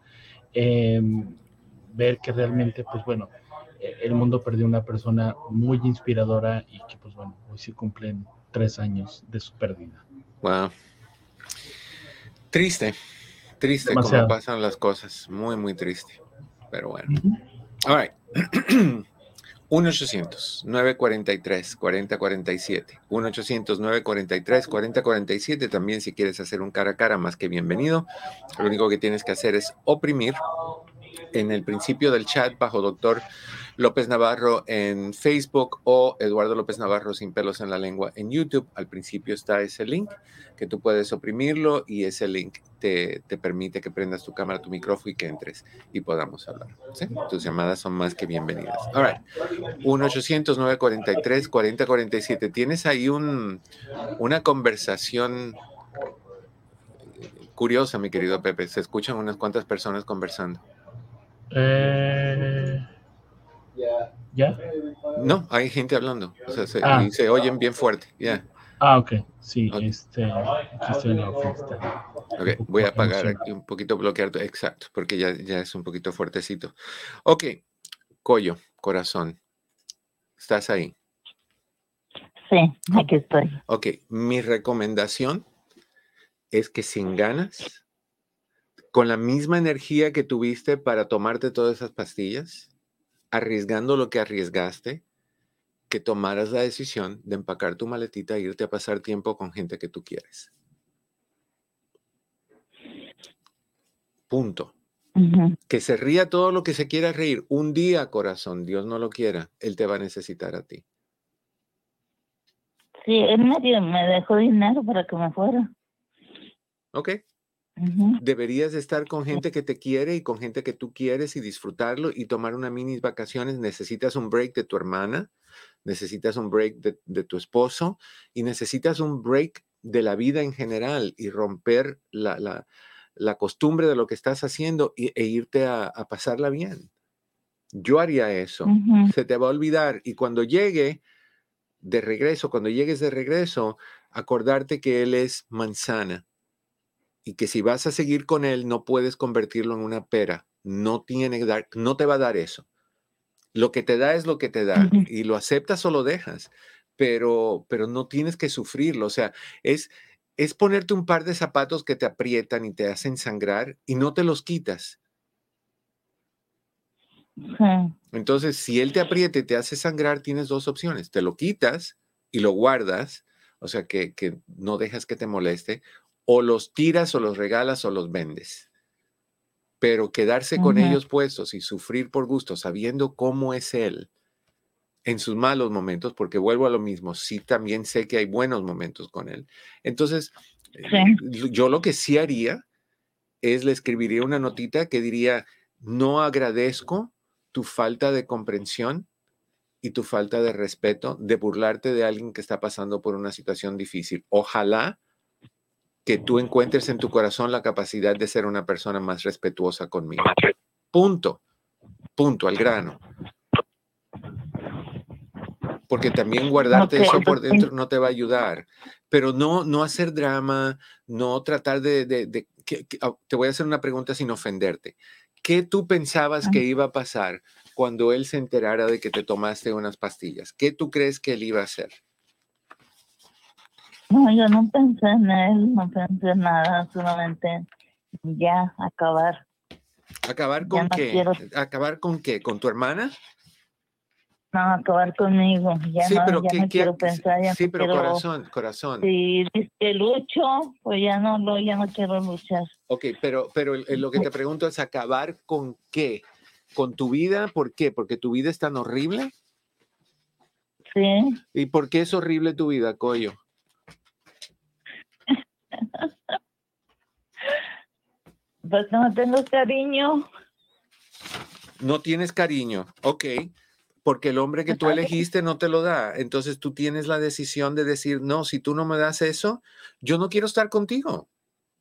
C: ver que realmente, pues bueno, el mundo perdió una persona muy inspiradora y que, pues bueno, hoy se cumplen 3 años de su pérdida.
B: Wow. Triste
C: Demasiado.
B: cómo pasan las cosas. Muy, muy triste. Pero bueno. All right. 1-800-943-4047. 1-800-943-4047. También si quieres hacer un cara a cara, más que bienvenido. Lo único que tienes que hacer es oprimir en el principio del chat bajo Doctor López Navarro en Facebook o Eduardo López Navarro sin pelos en la lengua en YouTube. Al principio está ese link que tú puedes oprimirlo y ese link te permite que prendas tu cámara, tu micrófono y que entres y podamos hablar. ¿Sí? Tus llamadas son más que bienvenidas. All right. 1-800-943-4047. Tienes ahí una conversación curiosa, mi querido Pepe. Se escuchan unas cuantas personas conversando.
C: ¿Ya?
B: No, hay gente hablando. O sea, y se oyen bien fuerte. Ya.
C: Ok. Sí,
B: Ok.
C: aquí estoy en la oficina.
B: Ok, voy a apagar aquí un poquito, bloquear. Exacto, porque ya es un poquito fuertecito. Ok, Coyo, corazón, ¿estás ahí?
E: Sí, aquí estoy.
B: Ok, mi recomendación es que sin ganas, con la misma energía que tuviste para tomarte todas esas pastillas, arriesgando lo que arriesgaste, que tomaras la decisión de empacar tu maletita e irte a pasar tiempo con gente que tú quieres. Punto.
E: Ujú.
B: Que se ría todo lo que se quiera reír. Un día, corazón, Dios no lo quiera, Él te va a necesitar a ti.
E: Sí, él me dejó dinero para que me fuera.
B: ¿Ok?
E: Ujú.
B: Deberías de estar con gente que te quiere y con gente que tú quieres y disfrutarlo y tomar una mini vacaciones. Necesitas un break de tu hermana, necesitas un break de tu esposo y necesitas un break de la vida en general y romper la costumbre de lo que estás haciendo e irte a pasarla bien. Yo haría eso.
E: Ujú.
B: Se te va a olvidar y cuando llegues de regreso, acordarte que Él es manzana y que si vas a seguir con Él no puedes convertirlo en una pera. No te va a dar eso. Lo que te da es lo que te da
E: Ujú.
B: y lo aceptas o lo dejas, pero no tienes que sufrirlo. O sea, es ponerte un par de zapatos que te aprietan y te hacen sangrar y no te los quitas.
E: Sí.
B: Entonces, si él te aprieta y te hace sangrar, tienes dos opciones. Te lo quitas y lo guardas, o sea, que no dejas que te moleste, o los tiras o los regalas o los vendes. Pero quedarse con
E: Ujú.
B: ellos puestos y sufrir por gusto, sabiendo cómo es él en sus malos momentos, porque vuelvo a lo mismo, sí también sé que hay buenos momentos con él. Entonces,
E: Sí.
B: yo lo que sí haría es le escribiría una notita que diría, no agradezco tu falta de comprensión y tu falta de respeto de burlarte de alguien que está pasando por una situación difícil. Ojalá que tú encuentres en tu corazón la capacidad de ser una persona más respetuosa conmigo. Punto. Punto, al grano. Porque también guardarte
E: Ok,
B: eso por
E: pues,
B: dentro no te va a ayudar. Pero no hacer drama, no tratar te voy a hacer una pregunta sin ofenderte. ¿Qué tú pensabas que iba a pasar cuando él se enterara de que te tomaste unas pastillas? ¿Qué tú crees que él iba a hacer?
E: no, yo no pensé en él, no pensé en nada, solamente ya acabar.
B: ¿Acabar
E: Ya
B: con
E: no
B: qué?
E: quiero,
B: ¿Acabar con qué? ¿Con tu hermana?
E: no, acabar conmigo.
B: Sí, pero
E: Ya no quiero pensar, ya
B: sí,
E: no
B: pero
E: quiero.
B: corazón.
E: Si dice que lucho, pues ya no quiero luchar.
B: Ok, pero lo que te pregunto es acabar con qué? ¿Con tu vida? ¿Por qué? ¿Porque tu vida es tan horrible?
E: Sí,
B: ¿Y por qué es horrible tu vida, Coyo?
E: pues no tengo cariño.
B: No tienes cariño, ok, porque el hombre que tú elegiste no te lo da. Entonces tú tienes la decisión de decir, no, si tú no me das eso, yo no quiero estar contigo.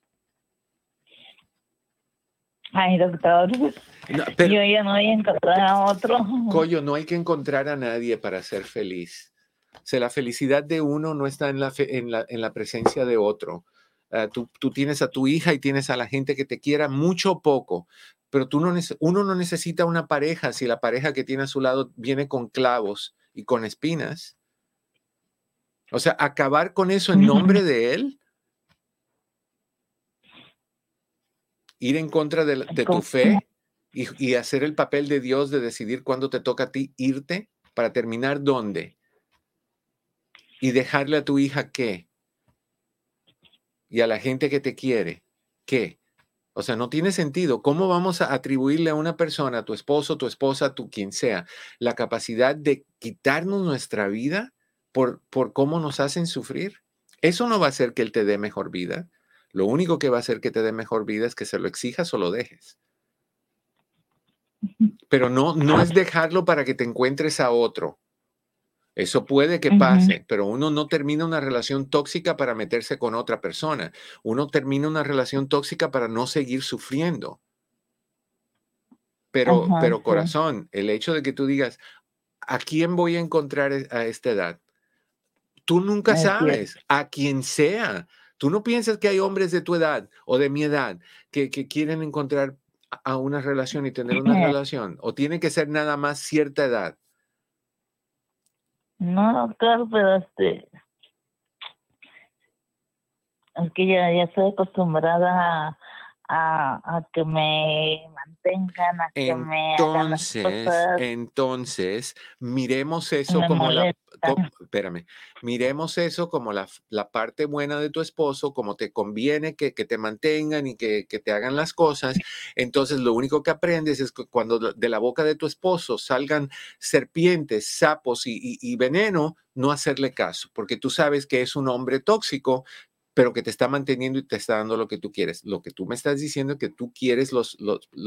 E: Ay, doctor,
B: No, pero,
E: yo ya no voy a encontrar a otro.
B: Coyo, no hay que encontrar a nadie para ser feliz. O sea, la felicidad de uno no está en la presencia de otro. Tú tienes a tu hija y tienes a la gente que te quiera mucho o poco, pero uno no necesita una pareja si la pareja que tiene a su lado viene con clavos y con espinas. O sea, acabar con eso en nombre de él, ir en contra de tu fe y hacer el papel de Dios de decidir cuándo te toca a ti irte para terminar dónde. Y dejarle a tu hija qué. Y a la gente que te quiere qué. O sea, no tiene sentido. ¿Cómo vamos a atribuirle a una persona, a tu esposo, tu esposa, tu quien sea, la capacidad de quitarnos nuestra vida por cómo nos hacen sufrir? Eso no va a hacer que él te dé mejor vida. Lo único que va a hacer que te dé mejor vida es que se lo exijas o lo dejes. Pero no es dejarlo para que te encuentres a otro. Eso puede que pase, pero uno no termina una relación tóxica para meterse con otra persona. Uno termina una relación tóxica para no seguir sufriendo. Pero
E: sí.
B: corazón, el hecho de que tú digas, ¿a quién voy a encontrar a esta edad? Tú nunca
E: Es cierto.
B: sabes, a quien sea. Tú no piensas que hay hombres de tu edad o de mi edad que quieren encontrar a una relación y tener una relación, o tiene que ser nada más cierta edad.
E: No, claro, pero es que ya estoy acostumbrada a que me mantengan, a que me hagan las cosas,
B: Entonces, miremos eso
E: me
B: como
E: molestan.
B: espérame, miremos eso como la parte buena de tu esposo, como te conviene que te mantengan y que te hagan las cosas. Entonces, lo único que aprendes es que cuando de la boca de tu esposo salgan serpientes, sapos y veneno, no hacerle caso, porque tú sabes que es un hombre tóxico, pero que te está manteniendo y te está dando lo que tú quieres. Lo que tú me estás diciendo es que tú quieres los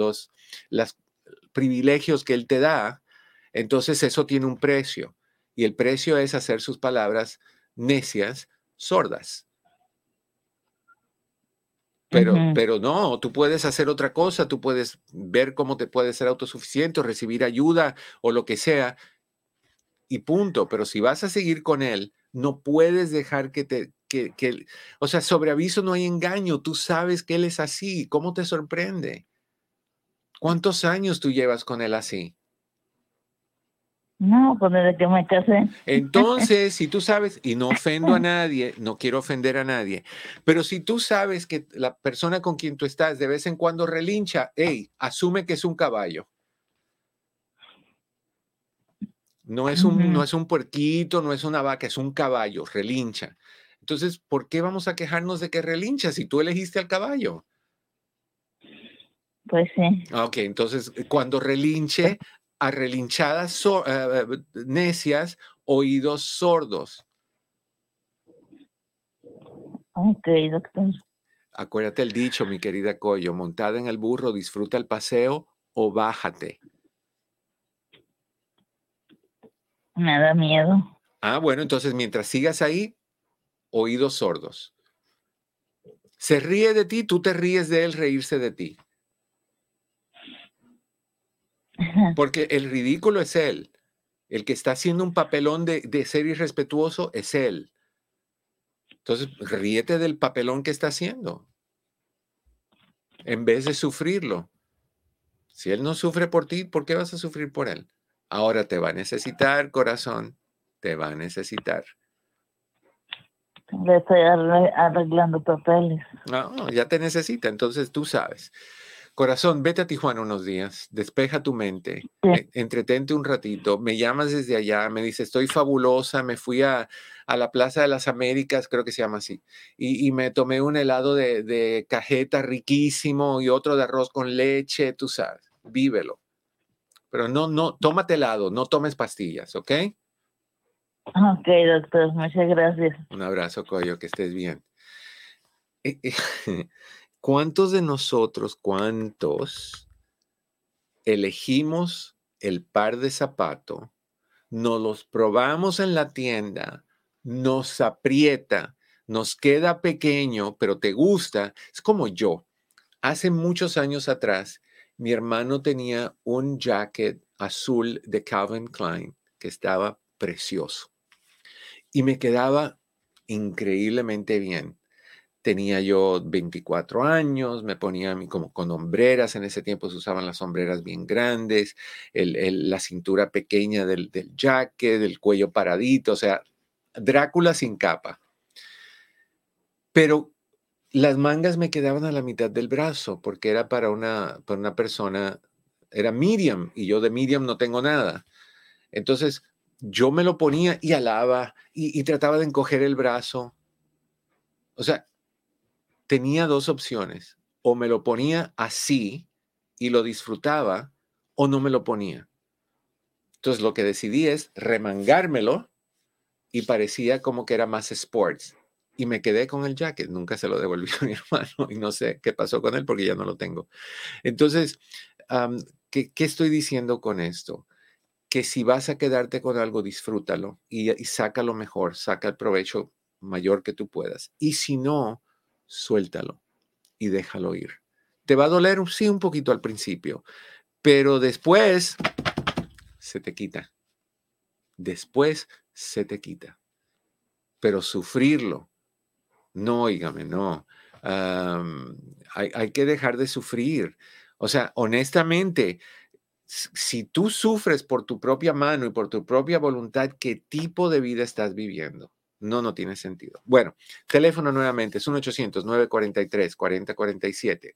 B: privilegios que él te da, entonces eso tiene un precio. Y el precio es hacer sus palabras necias, sordas. Pero no, tú puedes hacer otra cosa, tú puedes ver cómo te puedes ser autosuficiente o recibir ayuda o lo que sea, y punto. Pero si vas a seguir con él, no puedes dejar o sea, sobre aviso no hay engaño, tú sabes que él es así, ¿cómo te sorprende? ¿Cuántos años tú llevas con él así?
E: No, pues desde que me casé.
B: Entonces, si tú sabes, y no ofendo a nadie, no quiero ofender a nadie, pero si tú sabes que la persona con quien tú estás de vez en cuando relincha, hey, asume que es un caballo. No es un puerquito, no es una vaca, es un caballo, relincha. Entonces, ¿por qué vamos a quejarnos de que relincha si tú elegiste al caballo?
E: Pues sí.
B: Ok, entonces cuando relinche, a relinchadas necias, oídos sordos.
E: Ok, doctor.
B: Acuérdate el dicho, mi querida Coyo, montada en el burro, disfruta el paseo o bájate.
E: Me da miedo.
B: Ah, bueno, entonces mientras sigas ahí, oídos sordos. Se ríe de ti, tú te ríes de él reírse de ti. Porque el ridículo es él. El que está haciendo un papelón de ser irrespetuoso es él. Entonces, ríete del papelón que está haciendo en vez de sufrirlo. Si él no sufre por ti, ¿por qué vas a sufrir por él? Ahora te va a necesitar, corazón. Te va a necesitar.
E: Le estoy arreglando papeles.
B: No, ya te necesita, entonces tú sabes. Corazón, vete a Tijuana unos días, despeja tu mente,
E: Sí.
B: entretente un ratito, me llamas desde allá, me dices, estoy fabulosa, me fui a la Plaza de las Américas, creo que se llama así, y me tomé un helado de cajeta riquísimo y otro de arroz con leche, tú sabes, vívelo. Pero no, tómate helado, no tomes pastillas, ¿ok?
E: Ok, doctor, muchas gracias.
B: Un abrazo, Coyo, que estés bien. ¿Cuántos de nosotros, elegimos el par de zapatos, nos los probamos en la tienda, nos aprieta, nos queda pequeño, pero te gusta? Es como yo. Hace muchos años atrás, mi hermano tenía un jacket azul de Calvin Klein que estaba precioso y me quedaba increíblemente bien. Tenía yo 24 años, me ponía como con hombreras, en ese tiempo se usaban las hombreras bien grandes, la cintura pequeña del jacket, el cuello paradito, o sea, Drácula sin capa. Pero las mangas me quedaban a la mitad del brazo porque era para una persona, era medium y yo de medium no tengo nada. Entonces yo me lo ponía y alaba y trataba de encoger el brazo. O sea, tenía dos opciones. O me lo ponía así y lo disfrutaba, o no me lo ponía. Entonces lo que decidí es remangármelo y parecía como que era más sports. Y me quedé con el jacket. Nunca se lo devolví a mi hermano y no sé qué pasó con él porque ya no lo tengo. Entonces, ¿qué estoy diciendo con esto? Que si vas a quedarte con algo, disfrútalo y saca lo mejor, saca el provecho mayor que tú puedas. Y si no, suéltalo y déjalo ir. Te va a doler, sí, un poquito al principio, pero después se te quita. Después se te quita. Pero sufrirlo, no, óigame, no. Hay que dejar de sufrir. O sea, honestamente, si tú sufres por tu propia mano y por tu propia voluntad, ¿qué tipo de vida estás viviendo? No tiene sentido. Bueno, teléfono nuevamente es 1-800-943-4047.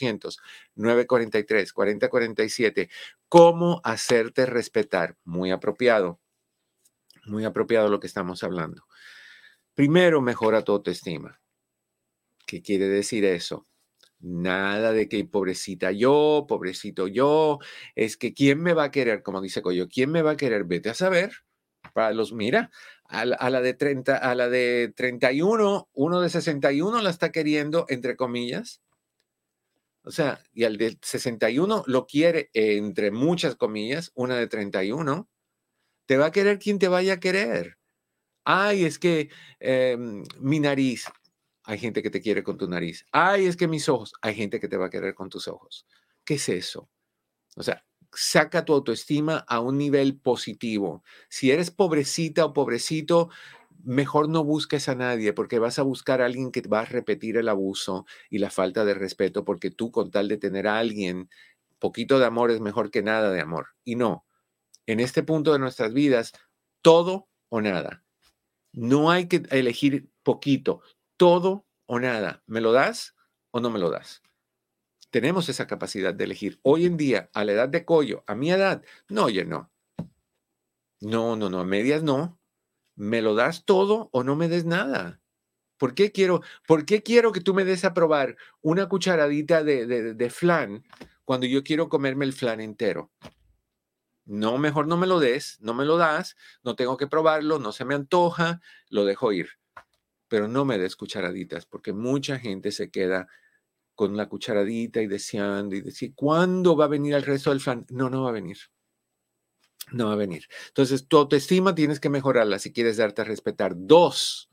B: 1-800-943-4047. ¿Cómo hacerte respetar? Muy apropiado lo que estamos hablando. Primero, mejora tu autoestima. ¿Qué quiere decir eso? Nada de que pobrecita yo, pobrecito yo, es que ¿quién me va a querer? Como dice Coyo, ¿quién me va a querer? Vete a saber. Mira, a la de 30, a la de 31, uno de 61 la está queriendo, entre comillas. O sea, y al de 61 lo quiere, entre muchas comillas, una de 31. Te va a querer quien te vaya a querer. Ay, es que mi nariz. Hay gente que te quiere con tu nariz. Ay, es que mis ojos. Hay gente que te va a querer con tus ojos. ¿Qué es eso? O sea, saca tu autoestima a un nivel positivo. Si eres pobrecita o pobrecito, mejor no busques a nadie porque vas a buscar a alguien que va a repetir el abuso y la falta de respeto porque tú con tal de tener a alguien, poquito de amor es mejor que nada de amor. Y no, en este punto de nuestras vidas, todo o nada. No hay que elegir poquito, todo o nada. ¿Me lo das o no me lo das? Tenemos esa capacidad de elegir. Hoy en día, a la edad de Coyo, a mi edad, no, oye, no. No, a medias no. ¿Me lo das todo o no me des nada? ¿Por qué quiero que tú me des a probar una cucharadita de flan cuando yo quiero comerme el flan entero? No, mejor no me lo des, no me lo das, no tengo que probarlo, no se me antoja, lo dejo ir. Pero no me des cucharaditas, porque mucha gente se queda con la cucharadita y deseando y decir, ¿cuándo va a venir el resto del flan? No va a venir. No va a venir. Entonces, tu autoestima tienes que mejorarla si quieres darte a respetar. Dos,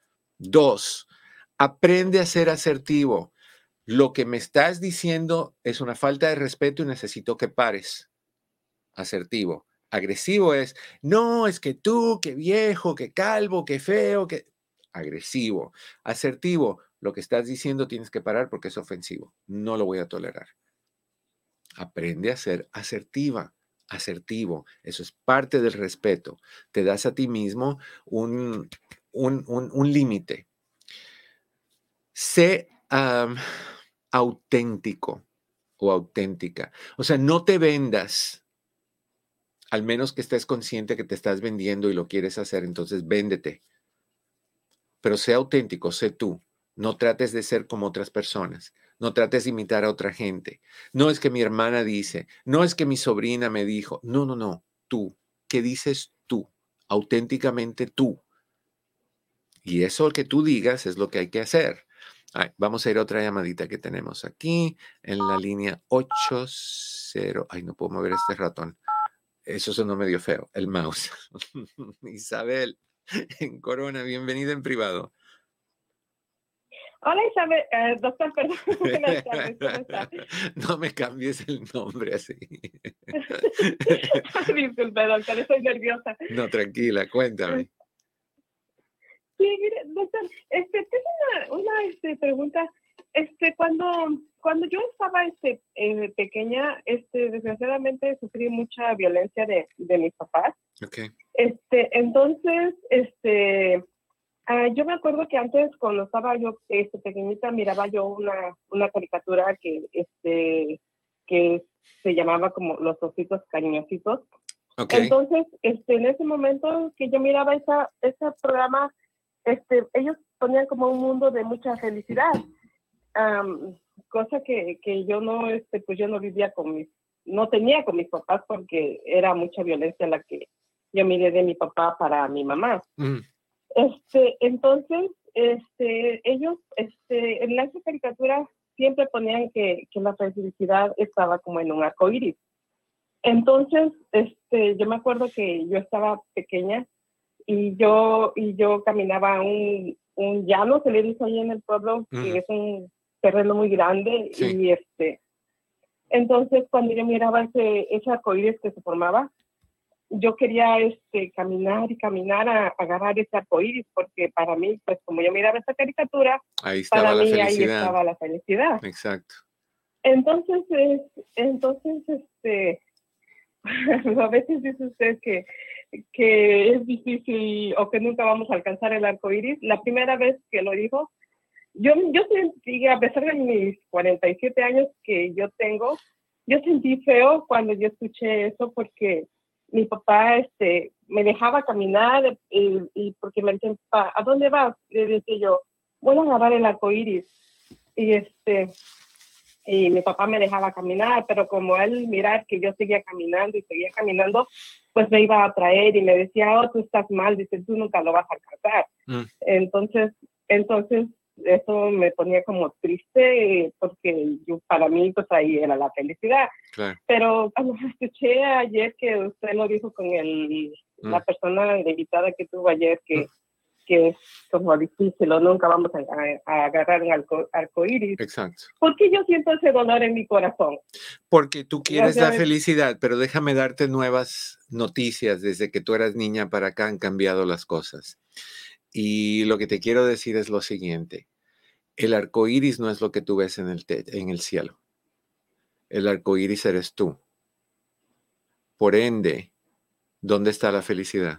B: aprende a ser asertivo. Lo que me estás diciendo es una falta de respeto y necesito que pares. Asertivo. Agresivo es, no, es que tú, que viejo, que calvo, que feo, que... Agresivo. Asertivo, lo que estás diciendo tienes que parar porque es ofensivo. No lo voy a tolerar. Aprende a ser asertiva, asertivo. Eso es parte del respeto. Te das a ti mismo un límite. Sé auténtico o auténtica. O sea, no te vendas. Al menos que estés consciente que te estás vendiendo y lo quieres hacer, entonces véndete. Pero sé auténtico, sé tú. No trates de ser como otras personas. No trates de imitar a otra gente. No es que mi hermana dice, no es que mi sobrina me dijo. No. Tú. ¿Qué dices tú? Auténticamente tú. Y eso que tú digas es lo que hay que hacer. Vamos a ir a otra llamadita que tenemos aquí en la línea 80. Ay, no puedo mover este ratón. Eso sonó medio feo, el mouse. Isabel, en Corona, bienvenida en privado.
F: Hola Isabel, doctor, perdón, buenas tardes, ¿cómo está?
B: No me cambies el nombre así.
F: Disculpe, doctor, estoy nerviosa.
B: No, tranquila, cuéntame.
F: Sí, mire, doctor, tengo una pregunta. Cuando yo estaba pequeña, desgraciadamente sufrí mucha violencia de mis papás.
B: Okay.
F: Entonces, yo me acuerdo que antes, cuando estaba yo pequeñita, miraba yo una caricatura que se llamaba como Los Ositos Cariñositos.
B: Okay.
F: Entonces, en ese momento que yo miraba ese programa, ellos ponían como un mundo de mucha felicidad, cosa que yo no, pues yo no vivía no tenía con mis papás porque era mucha violencia la que yo miré de mi papá para mi mamá.
B: Mm.
F: Entonces, ellos, en la caricatura siempre ponían que la felicidad estaba como en un arco iris. Entonces, yo me acuerdo que yo estaba pequeña y yo caminaba un llano, se le dice ahí en el pueblo, que es un terreno muy grande. Sí. Y Entonces, cuando yo miraba ese arcoíris que se formaba, yo quería caminar y caminar a agarrar ese arcoíris, porque para mí, pues como yo miraba esa caricatura,
B: Ahí estaba
F: para
B: la
F: mí ahí
B: felicidad.
F: estaba la felicidad.
B: Exacto.
F: Entonces, a veces dice usted que es difícil o que nunca vamos a alcanzar el arco iris. La primera vez que lo dijo, yo sentí, a pesar de mis 47 años que yo tengo, yo sentí feo cuando yo escuché eso, porque mi papá me dejaba caminar y porque me decía, ¿a dónde vas? Le decía yo, voy a agarrar el arco iris. Y mi papá me dejaba caminar, pero como él mirar que yo seguía caminando, pues me iba a traer y me decía, oh, tú estás mal, dice, tú nunca lo vas a alcanzar. Entonces eso me ponía como triste, porque para mí, pues ahí era la felicidad.
B: Claro.
F: Pero cuando escuché ayer que usted lo dijo con la persona invitada que tuvo ayer, que es como difícil o nunca vamos a agarrar un arcoíris.
B: Exacto.
F: ¿Por qué yo siento ese dolor en mi corazón?
B: Porque tú quieres la felicidad, pero déjame darte nuevas noticias. Desde que tú eras niña para acá han cambiado las cosas. Y lo que te quiero decir es lo siguiente. El arcoíris no es lo que tú ves en el cielo. El arcoíris eres tú. Por ende, ¿dónde está la felicidad?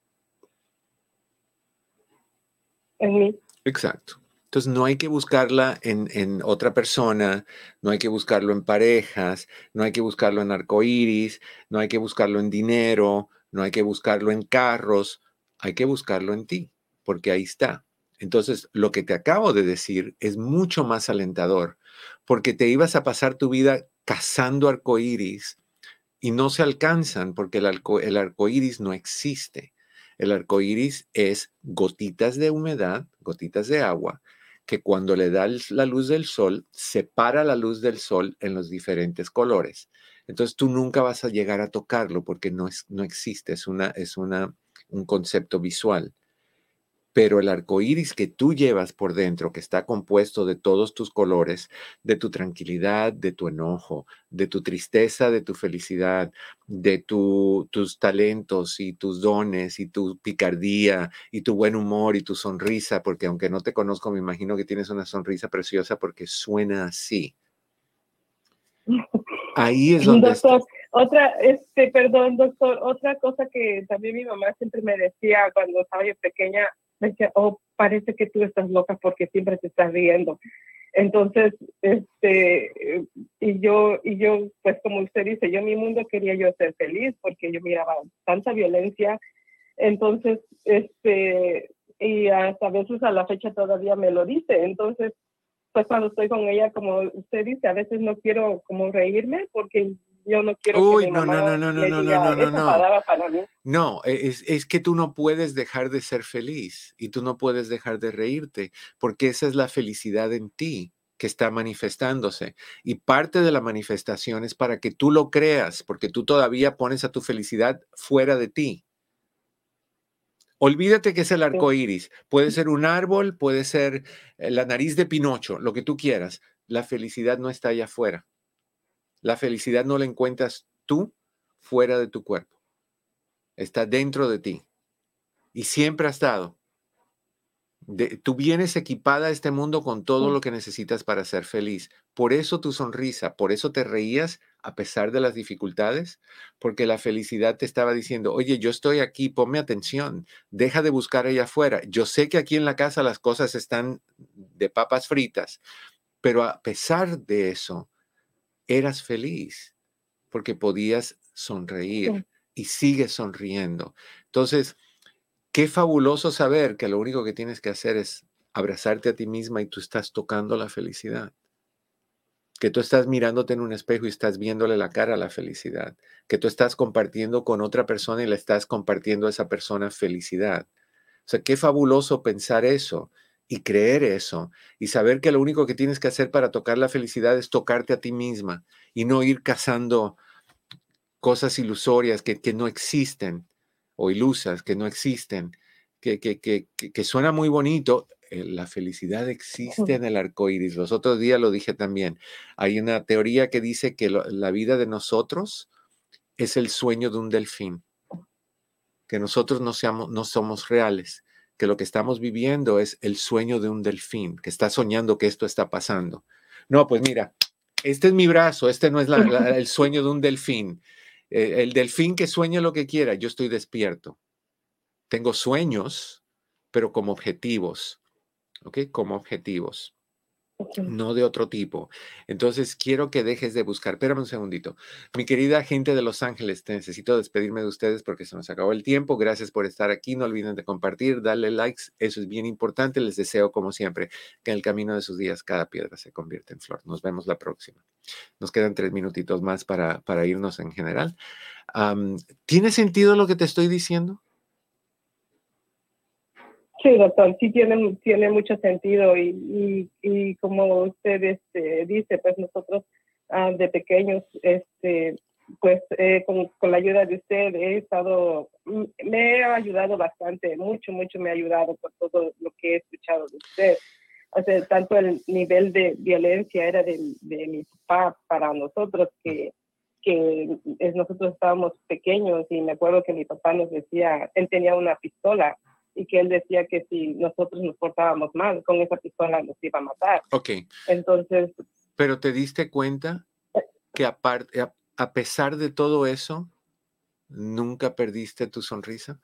F: En mí.
B: Exacto. Entonces no hay que buscarla en otra persona, no hay que buscarlo en parejas, no hay que buscarlo en arcoíris, no hay que buscarlo en dinero, no hay que buscarlo en carros, hay que buscarlo en ti, porque ahí está. Entonces, lo que te acabo de decir es mucho más alentador, porque te ibas a pasar tu vida cazando arcoíris y no se alcanzan, porque el arcoíris no existe. El arcoíris es gotitas de humedad, gotitas de agua, que cuando le da la luz del sol, separa la luz del sol en los diferentes colores. Entonces tú nunca vas a llegar a tocarlo porque no existe, es un concepto visual. Pero el arco iris que tú llevas por dentro, que está compuesto de todos tus colores, de tu tranquilidad, de tu enojo, de tu tristeza, de tu felicidad, de tus talentos y tus dones y tu picardía y tu buen humor y tu sonrisa, porque aunque no te conozco, me imagino que tienes una sonrisa preciosa porque suena así. Ahí es donde
F: doctor, perdón, doctor, otra cosa que también mi mamá siempre me decía cuando estaba yo pequeña, me decía, oh, parece que tú estás loca porque siempre te estás riendo. Entonces, y yo, pues como usted dice, yo en mi mundo quería yo ser feliz porque yo miraba tanta violencia. Entonces, y hasta a veces a la fecha todavía me lo dice. Entonces, pues cuando estoy con ella, como usted dice, a veces no quiero como reírme porque yo no quiero que mi mamá me diga esa palabra para mí.
B: No, es que tú no puedes dejar de ser feliz y tú no puedes dejar de reírte, porque esa es la felicidad en ti que está manifestándose. Y parte de la manifestación es para que tú lo creas, porque tú todavía pones a tu felicidad fuera de ti. Olvídate que es el arco iris. Puede ser un árbol, puede ser la nariz de Pinocho, lo que tú quieras. La felicidad no está allá afuera. La felicidad no la encuentras tú fuera de tu cuerpo. Está dentro de ti. Y siempre ha estado. Tú vienes equipada a este mundo con todo lo que necesitas para ser feliz. Por eso tu sonrisa, por eso te reías a pesar de las dificultades, porque la felicidad te estaba diciendo, oye, yo estoy aquí, ponme atención, deja de buscar allá afuera. Yo sé que aquí en la casa las cosas están de papas fritas, pero a pesar de eso, eras feliz porque podías sonreír y sigues sonriendo. Entonces, qué fabuloso saber que lo único que tienes que hacer es abrazarte a ti misma y tú estás tocando la felicidad. Que tú estás mirándote en un espejo y estás viéndole la cara a la felicidad. Que tú estás compartiendo con otra persona y le estás compartiendo a esa persona felicidad. O sea, qué fabuloso pensar eso y creer eso y saber que lo único que tienes que hacer para tocar la felicidad es tocarte a ti misma y no ir cazando cosas ilusorias que no existen o ilusas que no existen, que suena muy bonito. la felicidad existe en el arco iris. Los otros días lo dije también. Hay una teoría que dice que la vida de nosotros es el sueño de un delfín, que nosotros no somos reales, que lo que estamos viviendo es el sueño de un delfín, que está soñando que esto está pasando. No, pues mira, este es mi brazo, este no es el sueño de un delfín. El delfín que sueña lo que quiera, yo estoy despierto. Tengo sueños, pero como objetivos, ¿ok? Como objetivos, no de otro tipo. Entonces, quiero que dejes de buscar. Espérame un segundito. Mi querida gente de Los Ángeles, necesito despedirme de ustedes porque se nos acabó el tiempo. Gracias por estar aquí. No olviden de compartir, darle likes. Eso es bien importante. Les deseo, como siempre, que en el camino de sus días cada piedra se convierta en flor. Nos vemos la próxima. Nos quedan 3 minutitos más para irnos en general. ¿Tiene sentido lo que te estoy diciendo?
F: Sí, doctor, sí tiene mucho sentido y como usted dice, pues nosotros de pequeños, pues con la ayuda de usted me ha ayudado bastante, mucho me ha ayudado por todo lo que he escuchado de usted. O sea, tanto el nivel de violencia era de mi papá para nosotros que nosotros estábamos pequeños y me acuerdo que mi papá nos decía, él tenía una pistola y que él decía que si nosotros nos portábamos mal, con esa pistola nos iba a matar.
B: Ok.
F: Entonces...
B: ¿Pero te diste cuenta que a pesar de todo eso, nunca perdiste tu sonrisa?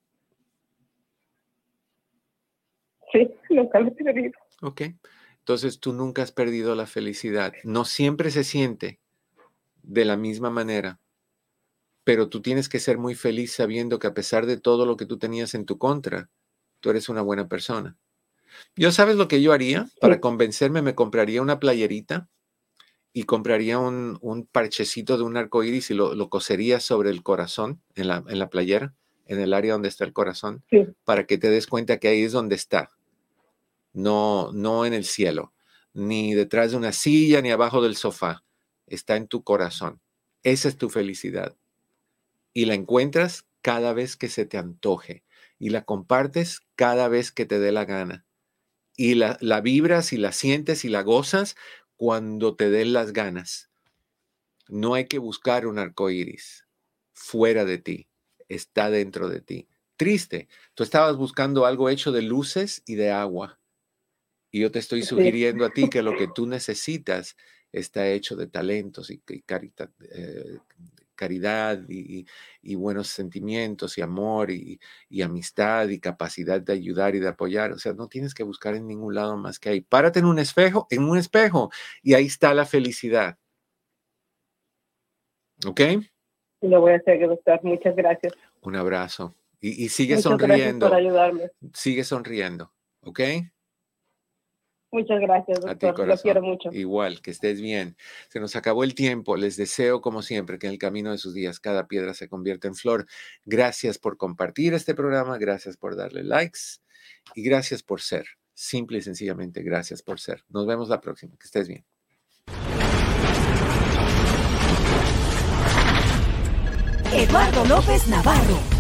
F: Sí, nunca lo he perdido.
B: Ok. Entonces tú nunca has perdido la felicidad. No siempre se siente de la misma manera. Pero tú tienes que ser muy feliz sabiendo que a pesar de todo lo que tú tenías en tu contra, tú eres una buena persona. ¿Yo sabes lo que yo haría? Para convencerme, me compraría una playerita y compraría un parchecito de un arco iris y lo cosería sobre el corazón, en la playera, en el área donde está el corazón, para que te des cuenta que ahí es donde está. No en el cielo, ni detrás de una silla, ni abajo del sofá. Está en tu corazón. Esa es tu felicidad. Y la encuentras cada vez que se te antoje y la compartes cada vez que te dé la gana y la vibras y la sientes y la gozas cuando te den las ganas. No hay que buscar un arco iris fuera de ti, está dentro de ti. Triste, tú estabas buscando algo hecho de luces y de agua y yo te estoy sugiriendo a ti que lo que tú necesitas está hecho de talentos y caridad y buenos sentimientos y amor y amistad y capacidad de ayudar y de apoyar. O sea, no tienes que buscar en ningún lado más que ahí. Párate en un espejo y ahí está la felicidad. ¿Ok?
F: Lo voy a hacer, doctor. Muchas gracias.
B: Un abrazo. Y sigue
F: Muchas
B: sonriendo.
F: Gracias por ayudarme.
B: Sigue sonriendo. ¿Ok?
F: Muchas gracias, doctor.
B: A ti, corazón.
F: Lo quiero mucho.
B: Igual, que estés bien. Se nos acabó el tiempo. Les deseo, como siempre, que en el camino de sus días cada piedra se convierta en flor. Gracias por compartir este programa. Gracias por darle likes. Y gracias por ser. Simple y sencillamente, gracias por ser. Nos vemos la próxima. Que estés bien.
G: Eduardo López Navarro.